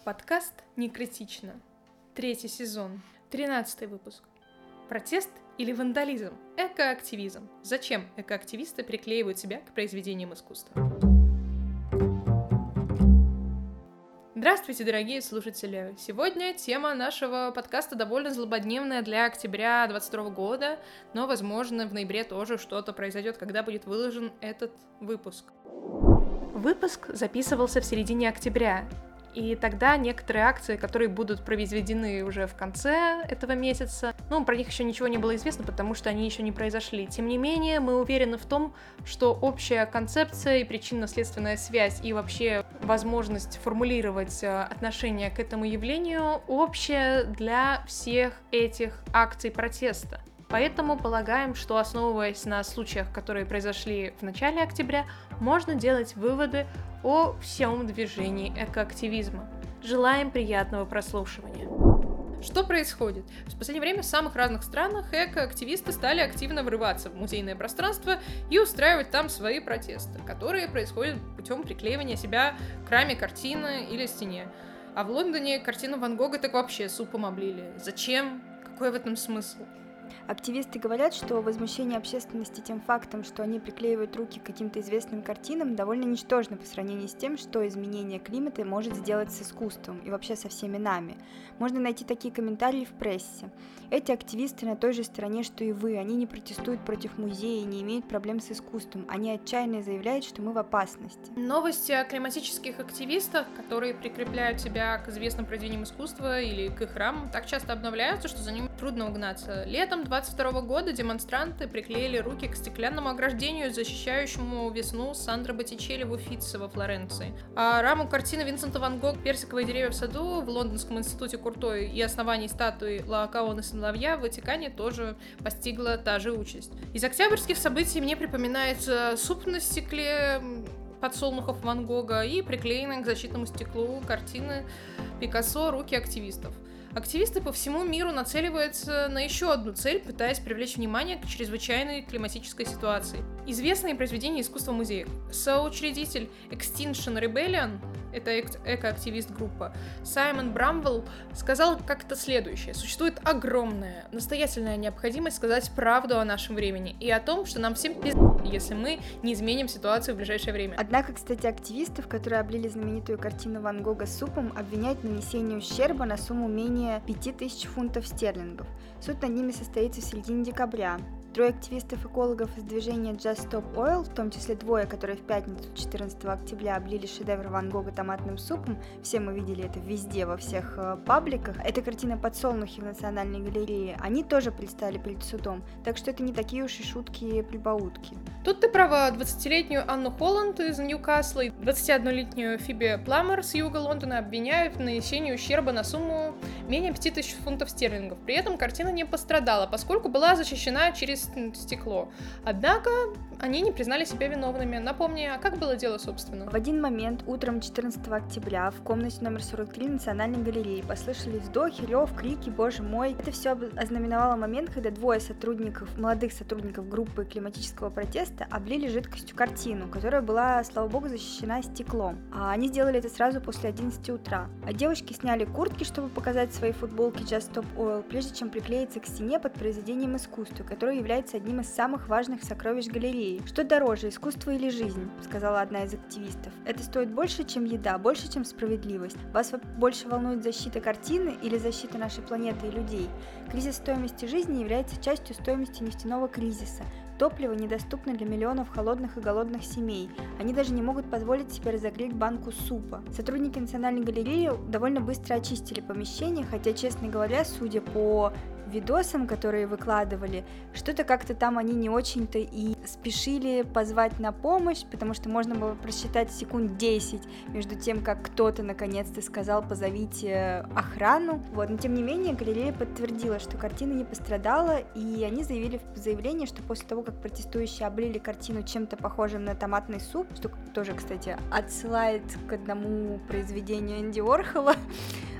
Подкаст «Не критично». 3-й сезон. 13-й выпуск. Протест или вандализм? Экоактивизм. Зачем экоактивисты приклеивают себя к произведениям искусства? Здравствуйте, дорогие слушатели! Сегодня тема нашего подкаста довольно злободневная для октября 2022 года, но, возможно, в ноябре тоже что-то произойдет, когда будет выложен этот выпуск. Выпуск записывался в середине октября, и тогда некоторые акции, которые будут произведены уже в конце этого месяца, про них еще ничего не было известно, потому что они еще не произошли. Тем не менее, мы уверены в том, что общая концепция и причинно-следственная связь и вообще возможность формулировать отношение к этому явлению общая для всех этих акций протеста. Поэтому полагаем, что, основываясь на случаях, которые произошли в начале октября, можно делать выводы о всем движении экоактивизма. Желаем приятного прослушивания. Что происходит? В последнее время в самых разных странах экоактивисты стали активно врываться в музейное пространство и устраивать там свои протесты, которые происходят путем приклеивания себя к раме картины или стене. А в Лондоне картину Ван Гога так вообще супом облили. Зачем? Какой в этом смысл? Активисты говорят, что возмущение общественности тем фактом, что они приклеивают руки к каким-то известным картинам, довольно ничтожно по сравнению с тем, что изменение климата может сделать с искусством и вообще со всеми нами. Можно найти такие комментарии в прессе. Эти активисты на той же стороне, что и вы. Они не протестуют против музея и не имеют проблем с искусством. Они отчаянно заявляют, что мы в опасности. Новости о климатических активистах, которые прикрепляют себя к известным произведениям искусства или к их рамам, так часто обновляются, что за ними трудно угнаться. Летом 2022 года демонстранты приклеили руки к стеклянному ограждению, защищающему весну Сандро Боттичелли в Уффици во Флоренции. А раму картины Винсента Ван Гога «Персиковые деревья в саду» в Лондонском институте Куртой и основании статуи Лаокаона и сыновья в Ватикане тоже постигла та же участь. Из октябрьских событий мне припоминается суп на стекле подсолнухов Ван Гога и приклеенные к защитному стеклу картины Пикассо «Руки активистов». Активисты по всему миру нацеливаются на еще одну цель, пытаясь привлечь внимание к чрезвычайной климатической ситуации. Известные произведения искусства в музеях. Соучредитель Extinction Rebellion, это экоактивист группа, Саймон Брамвелл сказал как-то следующее. Существует огромная, настоятельная необходимость сказать правду о нашем времени и о том, что нам всем если мы не изменим ситуацию в ближайшее время. Однако, кстати, активистов, которые облили знаменитую картину Ван Гога супом, обвиняют в нанесении ущерба на сумму менее 5000 фунтов стерлингов. Суд над ними состоится в середине декабря. 3 активистов-экологов из движения Just Stop Oil, в том числе 2, которые в пятницу 14 октября облили шедевр Ван Гога томатным супом, все мы видели это везде, во всех пабликах, эта картина «Подсолнухи» в Национальной галерее, они тоже предстали перед судом, так что это не такие уж и шутки-прибаутки. Тут ты права, 20-летнюю Анну Холланд из Ньюкасла и 21-летнюю Фиби Пламер с юга Лондона обвиняют в нанесении ущерба на сумму менее 5000 фунтов стерлингов. При этом картина не пострадала, поскольку была защищена через стекло. Однако они не признали себя виновными. Напомни, а как было дело, собственно? В один момент, утром 14 октября, в комнате номер 43 Национальной галереи послышались вздохи, рев, крики, боже мой. Это все ознаменовало момент, когда 2 молодых сотрудников группы климатического протеста облили жидкостью картину, которая была, слава богу, защищена стеклом. А они сделали это сразу после 11 утра. А девушки сняли куртки, чтобы показать свои футболки Just Stop Oil, прежде чем приклеиться к стене под произведением искусства, которое является одним из самых важных сокровищ галереи. Что дороже, искусство или жизнь, сказала одна из активистов. Это стоит больше, чем еда, больше, чем справедливость. Вас больше волнует защита картины или защита нашей планеты и людей? Кризис стоимости жизни является частью стоимости нефтяного кризиса. Топливо недоступно для миллионов холодных и голодных семей. Они даже не могут позволить себе разогреть банку супа. Сотрудники Национальной галереи довольно быстро очистили помещение, хотя, честно говоря, судя по видосам, которые выкладывали, что-то как-то там они не очень-то и спешили позвать на помощь, потому что можно было просчитать секунд 10 между тем, как кто-то наконец-то сказал «позовите охрану». Но тем не менее галерея подтвердила, что картина не пострадала, и они заявили в заявлении, что после того, как протестующие облили картину чем-то похожим на томатный суп, что тоже, кстати, отсылает к одному произведению Энди Уорхола,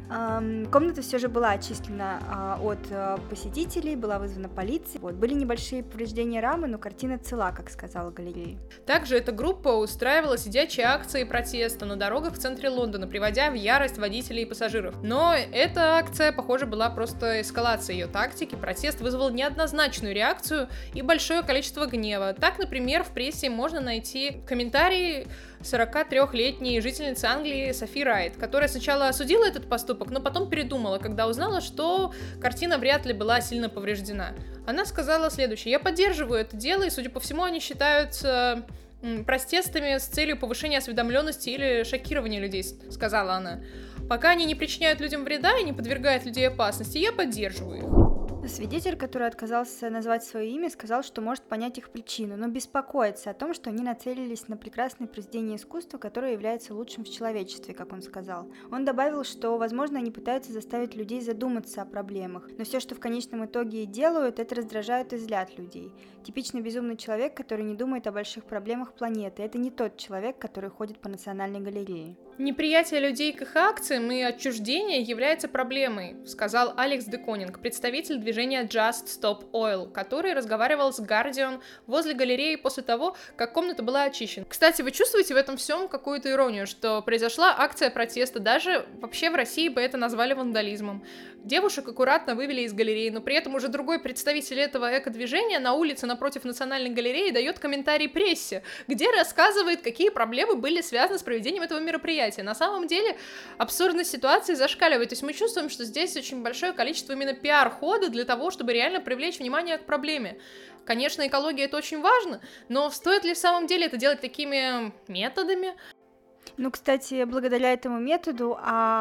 Комната все же была очищена от посетителей, была вызвана полиция. Были небольшие повреждения рамы, но картина цела, как сказала галерея. Также эта группа устраивала сидячие акции протеста на дорогах в центре Лондона, приводя в ярость водителей и пассажиров. Но эта акция, похоже, была просто эскалацией ее тактики. Протест вызвал неоднозначную реакцию и большое количество гнева. Так, например, в прессе можно найти комментарии 43-летней жительницы Англии Софи Райт, которая сначала осудила этот поступок, но потом передумала, когда узнала, что картина вряд ли была сильно повреждена. Она сказала следующее: «Я поддерживаю это дело, и, судя по всему, они считаются протестами с целью повышения осведомленности или шокирования людей», — сказала она. «Пока они не причиняют людям вреда и не подвергают людей опасности, я поддерживаю их». Свидетель, который отказался назвать свое имя, сказал, что может понять их причину, но беспокоится о том, что они нацелились на прекрасное произведение искусства, которое является лучшим в человечестве, как он сказал. Он добавил, что, возможно, они пытаются заставить людей задуматься о проблемах, но все, что в конечном итоге и делают, это раздражают и злят людей. Типичный безумный человек, который не думает о больших проблемах планеты. Это не тот человек, который ходит по Национальной галерее. «Неприятие людей к их акциям и отчуждение является проблемой», — сказал Алекс де Конинг, представитель движения Just Stop Oil, который разговаривал с Guardian возле галереи после того, как комната была очищена. Кстати, вы чувствуете в этом всем какую-то иронию, что произошла акция протеста, даже вообще в России бы это назвали вандализмом. Девушек аккуратно вывели из галереи, но при этом уже другой представитель этого эко-движения на улице напротив Национальной галереи дает комментарий прессе, где рассказывает, какие проблемы были связаны с проведением этого мероприятия. На самом деле абсурдность ситуации зашкаливает, то есть мы чувствуем, что здесь очень большое количество именно пиар-хода для того, чтобы реально привлечь внимание к проблеме. Конечно, экология — это очень важно, но стоит ли в самом деле это делать такими методами? Ну, кстати, благодаря этому методу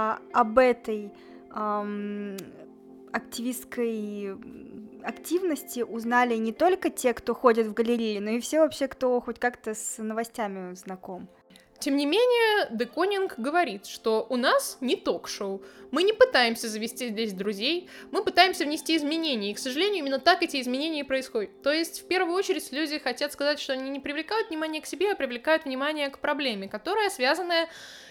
об этой активистской активности узнали не только те, кто ходит в галереи, но и все вообще, кто хоть как-то с новостями знаком. Тем не менее, де Конинг говорит, что у нас не ток-шоу, мы не пытаемся завести здесь друзей, мы пытаемся внести изменения, и, к сожалению, именно так эти изменения и происходят. То есть, в первую очередь, люди хотят сказать, что они не привлекают внимание к себе, а привлекают внимание к проблеме, которая связана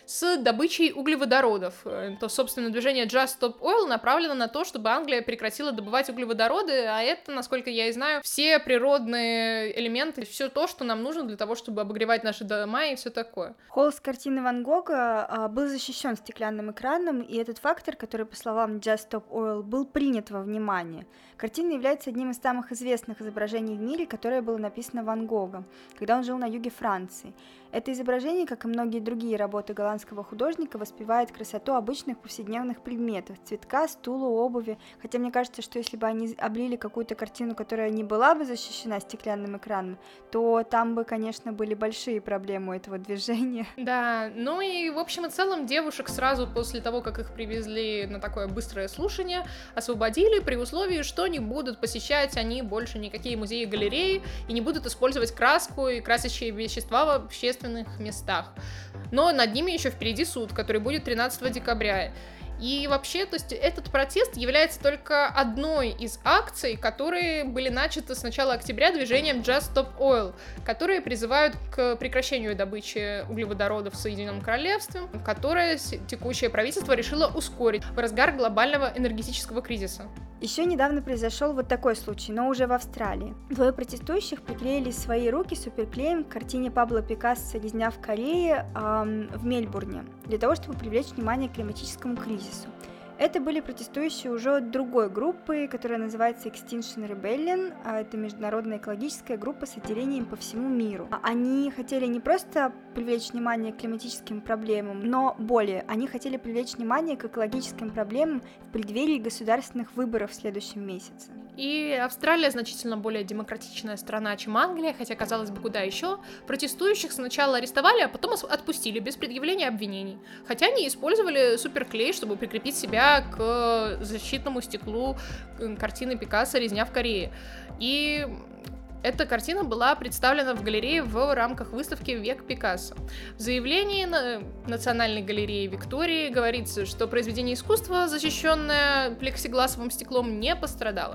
с добычей углеводородов. То, собственно, движение Just Stop Oil направлено на то, чтобы Англия прекратила добывать углеводороды, а это, насколько я и знаю, все природные элементы, все то, что нам нужно для того, чтобы обогревать наши дома и все такое. Холст картины Ван Гога был защищен стеклянным экраном, и этот фактор, который, по словам Just Stop Oil, был принят во внимание. Картина является одним из самых известных изображений в мире, которое было написано Ван Гогом, когда он жил на юге Франции. Это изображение, как и многие другие работы голландского художника, воспевает красоту обычных повседневных предметов – цветка, стула, обуви. Хотя мне кажется, что если бы они облили какую-то картину, которая не была бы защищена стеклянным экраном, то там бы, конечно, были большие проблемы у этого движения. Да, ну и в общем и целом девушек сразу после того, как их привезли на такое быстрое слушание, освободили при условии, что не будут посещать они больше никакие музеи и галереи и не будут использовать краску и красящие вещества в общественных местах. Но над ними еще впереди суд, который будет 13 декабря. И вообще, то есть этот протест является только одной из акций, которые были начаты с начала октября движением Just Stop Oil, которые призывают к прекращению добычи углеводородов в Соединенном Королевстве, которое текущее правительство решило ускорить в разгар глобального энергетического кризиса. Еще недавно произошел вот такой случай, но уже в Австралии. Двое протестующих приклеили свои руки суперклеем к картине Пабло Пикассо «Резня в Корее» в Мельбурне, для того, чтобы привлечь внимание к климатическому кризису. Это были протестующие уже от другой группы, которая называется Extinction Rebellion. Это международная экологическая группа с отделением по всему миру. Они хотели не просто привлечь внимание к климатическим проблемам, но более, они хотели привлечь внимание к экологическим проблемам в преддверии государственных выборов в следующем месяце. И Австралия значительно более демократичная страна, чем Англия, хотя, казалось бы, куда еще. Протестующих сначала арестовали, а потом отпустили без предъявления обвинений. Хотя они использовали суперклей, чтобы прикрепить себя к защитному стеклу картины Пикассо «Резня в Корее». И эта картина была представлена в галерее в рамках выставки «Век Пикассо». В заявлении Национальной галереи Виктории говорится, что произведение искусства, защищенное плексигласовым стеклом, не пострадало.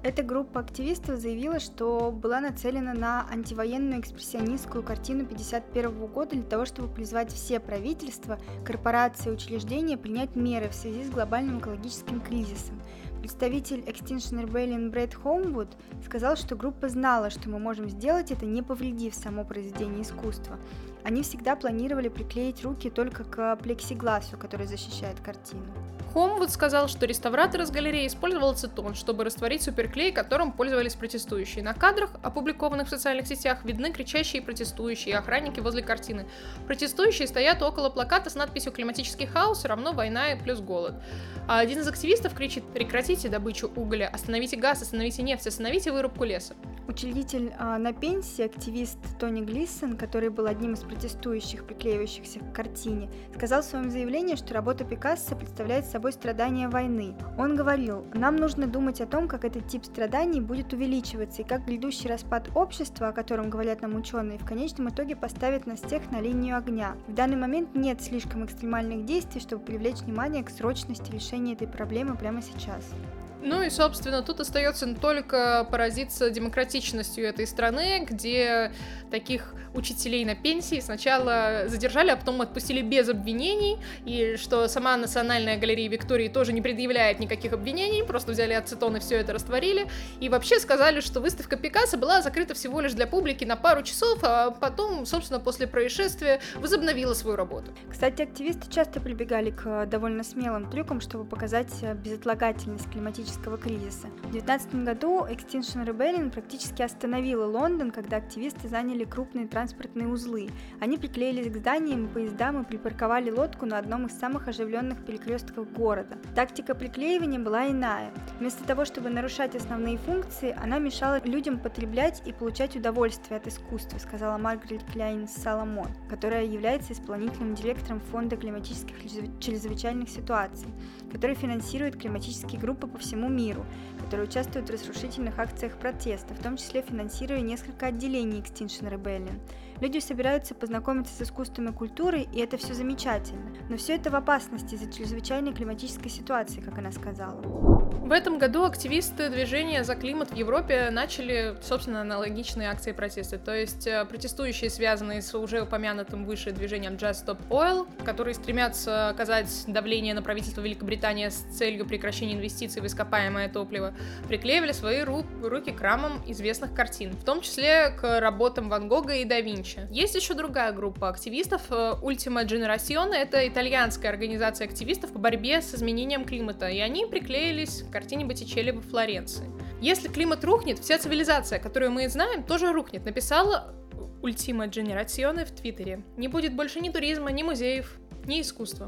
Эта группа активистов заявила, что была нацелена на антивоенную экспрессионистскую картину 1951 года для того, чтобы призвать все правительства, корпорации и учреждения принять меры в связи с глобальным экологическим кризисом. Представитель Extinction Rebellion Брэд Хоумвуд сказал, что группа знала, что мы можем сделать это, не повредив само произведение искусства. Они всегда планировали приклеить руки только к плексигласу, который защищает картину. Хоумвуд сказал, что реставратор из галереи использовал ацетон, чтобы растворить суперклей, которым пользовались протестующие. На кадрах, опубликованных в социальных сетях, видны кричащие протестующие и охранники возле картины. Протестующие стоят около плаката с надписью «Климатический хаос равно война плюс голод». А один из активистов кричит: «Прекратите добычу угля, остановите газ, остановите нефть, остановите вырубку леса». Учредитель на пенсии, активист Тони Глисон, который был одним из протестующих, приклеивающихся к картине, сказал в своем заявлении, что работа Пикассо представляет собой страдания войны. Он говорил: «Нам нужно думать о том, как этот тип страданий будет увеличиваться и как грядущий распад общества, о котором говорят нам ученые, в конечном итоге поставит нас всех на линию огня. В данный момент нет слишком экстремальных действий, чтобы привлечь внимание к срочности решения этой проблемы прямо сейчас». Ну и, собственно, тут остается только поразиться демократичностью этой страны, где таких учителей на пенсии сначала задержали, а потом отпустили без обвинений, и что сама Национальная галерея Виктории тоже не предъявляет никаких обвинений, просто взяли ацетон и все это растворили, и вообще сказали, что выставка Пикассо была закрыта всего лишь для публики на пару часов, а потом, собственно, после происшествия возобновила свою работу. Кстати, активисты часто прибегали к довольно смелым трюкам, чтобы показать безотлагательность климатического кризиса. В 2019 году Extinction Rebellion практически остановила Лондон, когда активисты заняли крупные транспортные узлы. Они приклеились к зданиям и поездам и припарковали лодку на одном из самых оживленных перекрестков города. Тактика приклеивания была иная. Вместо того, чтобы нарушать основные функции, она мешала людям потреблять и получать удовольствие от искусства, сказала Маргарет Кляйн Соломон, которая является исполнительным директором Фонда климатических чрезвычайных ситуаций, который финансирует климатические группы по всему миру, которые участвуют в разрушительных акциях протеста, в том числе финансируя несколько отделений Extinction Rebellion. Люди собираются познакомиться с искусством и культурой, и это все замечательно. Но все это в опасности из-за чрезвычайной климатической ситуации, как она сказала. В этом году активисты движения за климат в Европе начали, собственно, аналогичные акции протеста. То есть протестующие, связанные с уже упомянутым выше движением Just Stop Oil, которые стремятся оказать давление на правительство Великобритании с целью прекращения инвестиций в ископаемое топливо, приклеивали свои руки к рамам известных картин, в том числе к работам Ван Гога и да Винчи. Есть еще другая группа активистов, Ultima Generazione, это итальянская организация активистов по борьбе с изменением климата, и они приклеились к картине Боттичелли во Флоренции. Если климат рухнет, вся цивилизация, которую мы знаем, тоже рухнет, написала Ultima Generazione в Твиттере. Не будет больше ни туризма, ни музеев, ни искусства.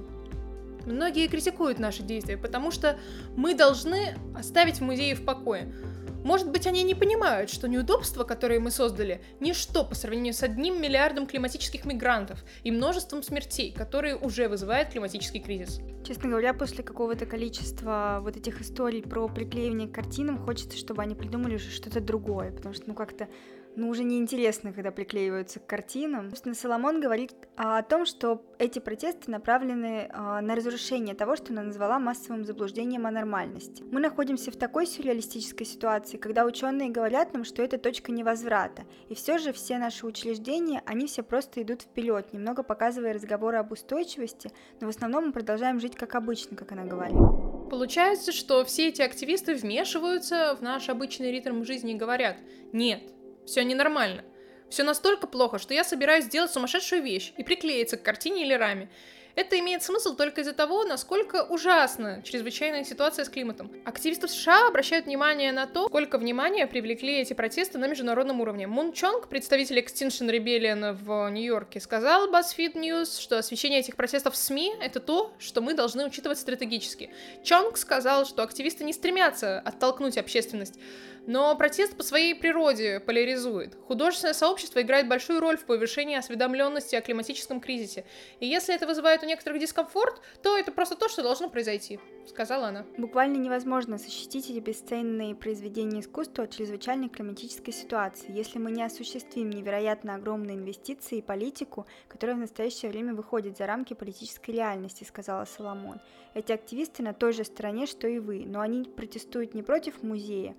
Многие критикуют наши действия, потому что мы должны оставить музеи в покое. Может быть, они не понимают, что неудобства, которые мы создали, ничто по сравнению с 1 миллиардом климатических мигрантов и множеством смертей, которые уже вызывают климатический кризис. Честно говоря, после какого-то количества вот этих историй про приклеивание к картинам хочется, чтобы они придумали уже что-то другое, потому что, как-то уже неинтересно, когда приклеиваются к картинам. Собственно, Соломон говорит о том, что эти протесты направлены на разрушение того, что она назвала массовым заблуждением о нормальности. Мы находимся в такой сюрреалистической ситуации, когда ученые говорят нам, что это точка невозврата, и все же все наши учреждения, они все просто идут вперед, немного показывая разговоры об устойчивости, но в основном мы продолжаем жить как обычно, как она говорит. Получается, что все эти активисты вмешиваются в наш обычный ритм жизни и говорят: нет, все ненормально. Все настолько плохо, что я собираюсь сделать сумасшедшую вещь и приклеиться к картине или раме. Это имеет смысл только из-за того, насколько ужасна чрезвычайная ситуация с климатом. Активисты США обращают внимание на то, сколько внимания привлекли эти протесты на международном уровне. Мун Чонг, представитель Extinction Rebellion в Нью-Йорке, сказал BuzzFeed News, что освещение этих протестов в СМИ — это то, что мы должны учитывать стратегически. Чонг сказал, что активисты не стремятся оттолкнуть общественность, но протест по своей природе поляризует. Художественное сообщество играет большую роль в повышении осведомленности о климатическом кризисе. И если это вызывает у некоторых дискомфорт, то это просто то, что должно произойти, сказала она. Буквально невозможно защитить эти бесценные произведения искусства от чрезвычайной климатической ситуации, если мы не осуществим невероятно огромные инвестиции и политику, которая в настоящее время выходит за рамки политической реальности, сказала Соломон. Эти активисты на той же стороне, что и вы, но они протестуют не против музея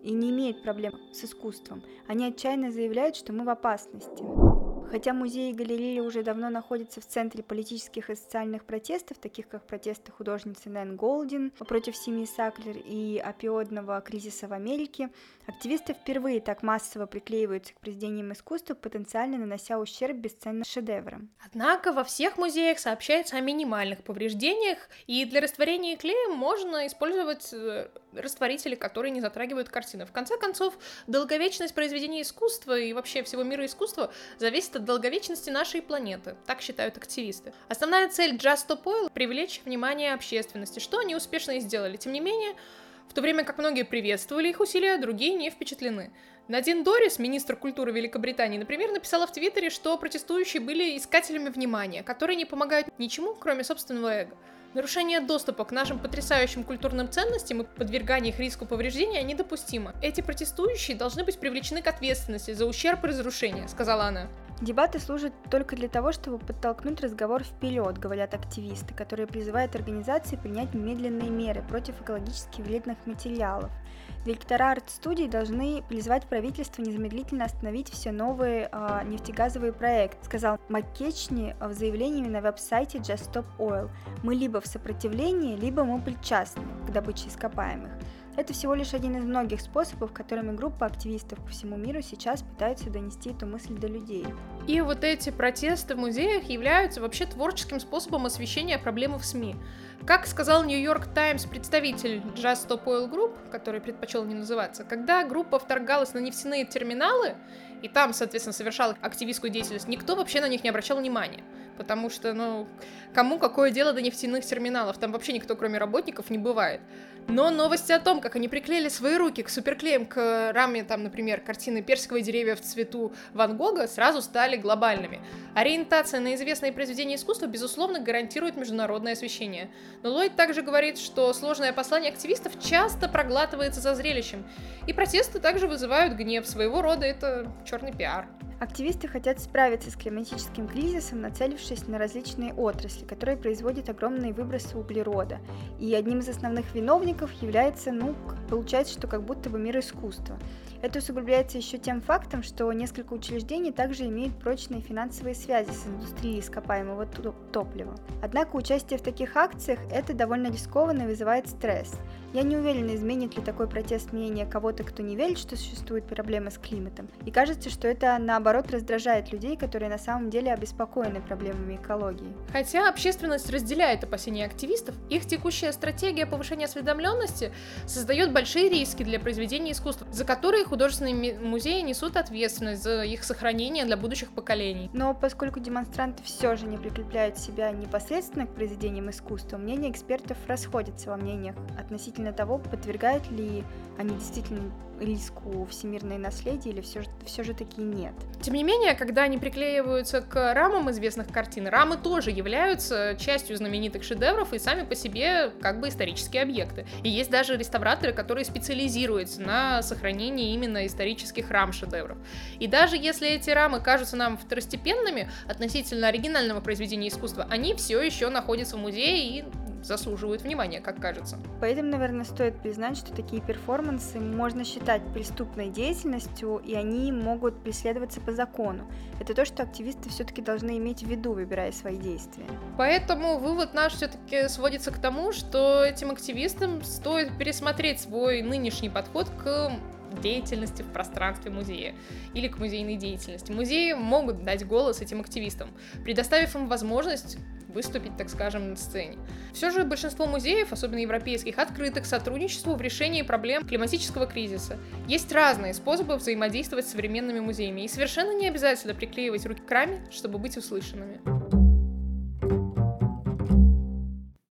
и не имеют проблем с искусством. Они отчаянно заявляют, что мы в опасности. Хотя музеи и галереи уже давно находятся в центре политических и социальных протестов, таких как протесты художницы Нэн Голдин против семьи Саклер и опиоидного кризиса в Америке, активисты впервые так массово приклеиваются к произведениям искусства, потенциально нанося ущерб бесценным шедеврам. Однако во всех музеях сообщается о минимальных повреждениях, и для растворения клеем можно использовать растворители, которые не затрагивают картины. В конце концов, долговечность произведений искусства и вообще всего мира искусства зависит от долговечности нашей планеты, так считают активисты. Основная цель Just Stop Oil — привлечь внимание общественности, что они успешно и сделали. Тем не менее, в то время как многие приветствовали их усилия, другие не впечатлены. Надин Дорис, министр культуры Великобритании, например, написала в Твиттере, что протестующие были искателями внимания, которые не помогают ничему, кроме собственного эго. Нарушение доступа к нашим потрясающим культурным ценностям и подвергание их риску повреждения недопустимо. Эти протестующие должны быть привлечены к ответственности за ущерб и разрушение, сказала она. Дебаты служат только для того, чтобы подтолкнуть разговор вперед, говорят активисты, которые призывают организации принять немедленные меры против экологически вредных материалов. Директора арт-студий должны призвать правительство незамедлительно остановить все новые нефтегазовые проекты, сказал МакКетчни в заявлении на веб-сайте Just Stop Oil. Мы либо в сопротивлении, либо мы причастны к добыче ископаемых. Это всего лишь один из многих способов, которыми группа активистов по всему миру сейчас пытаются донести эту мысль до людей. И вот эти протесты в музеях являются вообще творческим способом освещения проблемы в СМИ. Как сказал Нью-Йорк Таймс представитель Just Stop Oil Group, который предпочел не называться, когда группа вторгалась на нефтяные терминалы и там, соответственно, совершала активистскую деятельность, никто вообще на них не обращал внимания. Потому что, кому какое дело до нефтяных терминалов? Там вообще никто, кроме работников, не бывает. Но новости о том, как они приклеили свои руки к суперклеям к раме, там, например, картины «Персиковые деревья в цвету» Ван Гога, сразу стали глобальными. Ориентация на известные произведения искусства, безусловно, гарантирует международное освещение. Но Ллойд также говорит, что сложное послание активистов часто проглатывается за зрелищем. И протесты также вызывают гнев. Своего рода это черный пиар. Активисты хотят справиться с климатическим кризисом, нацелившись на различные отрасли, которые производят огромные выбросы углерода. И одним из основных виновников является, получается, что как будто бы мир искусства. Это усугубляется еще тем фактом, что несколько учреждений также имеют прочные финансовые связи с индустрией ископаемого топлива. Однако участие в таких акциях это довольно рискованно и вызывает стресс. Я не уверена, изменит ли такой протест мнение кого-то, кто не верит, что существует проблема с климатом. И кажется, что это наоборот раздражает людей, которые на самом деле обеспокоены проблемами экологии. Хотя общественность разделяет опасения активистов, их текущая стратегия повышения осведомленности создает большие риски для произведений искусства, за которые художественные музеи несут ответственность за их сохранение для будущих поколений. Но поскольку демонстранты все же не прикрепляют себя непосредственно к произведениям искусства, мнения экспертов расходятся во мнениях относительно того, подвергают ли они действительно риску всемирное наследие или все же таки нет. Тем не менее, когда они приклеиваются к рамам известных картин, рамы тоже являются частью знаменитых шедевров и сами по себе как бы исторические объекты. И есть даже реставраторы, которые специализируются на сохранении именно исторических рам шедевров. И даже если эти рамы кажутся нам второстепенными относительно оригинального произведения искусства, они все еще находятся в музее и заслуживают внимания, как кажется. Поэтому, наверное, стоит признать, что такие перформансы можно считать преступной деятельностью, и они могут преследоваться по закону. Это то, что активисты все-таки должны иметь в виду, выбирая свои действия. Поэтому вывод наш все-таки сводится к тому, что этим активистам стоит пересмотреть свой нынешний подход к деятельности в пространстве музея или к музейной деятельности. Музеи могут дать голос этим активистам, предоставив им возможность выступить, так скажем, на сцене. Все же большинство музеев, особенно европейских, открыты к сотрудничеству в решении проблем климатического кризиса. Есть разные способы взаимодействовать с современными музеями, и совершенно не обязательно приклеивать руки к раме, чтобы быть услышанными.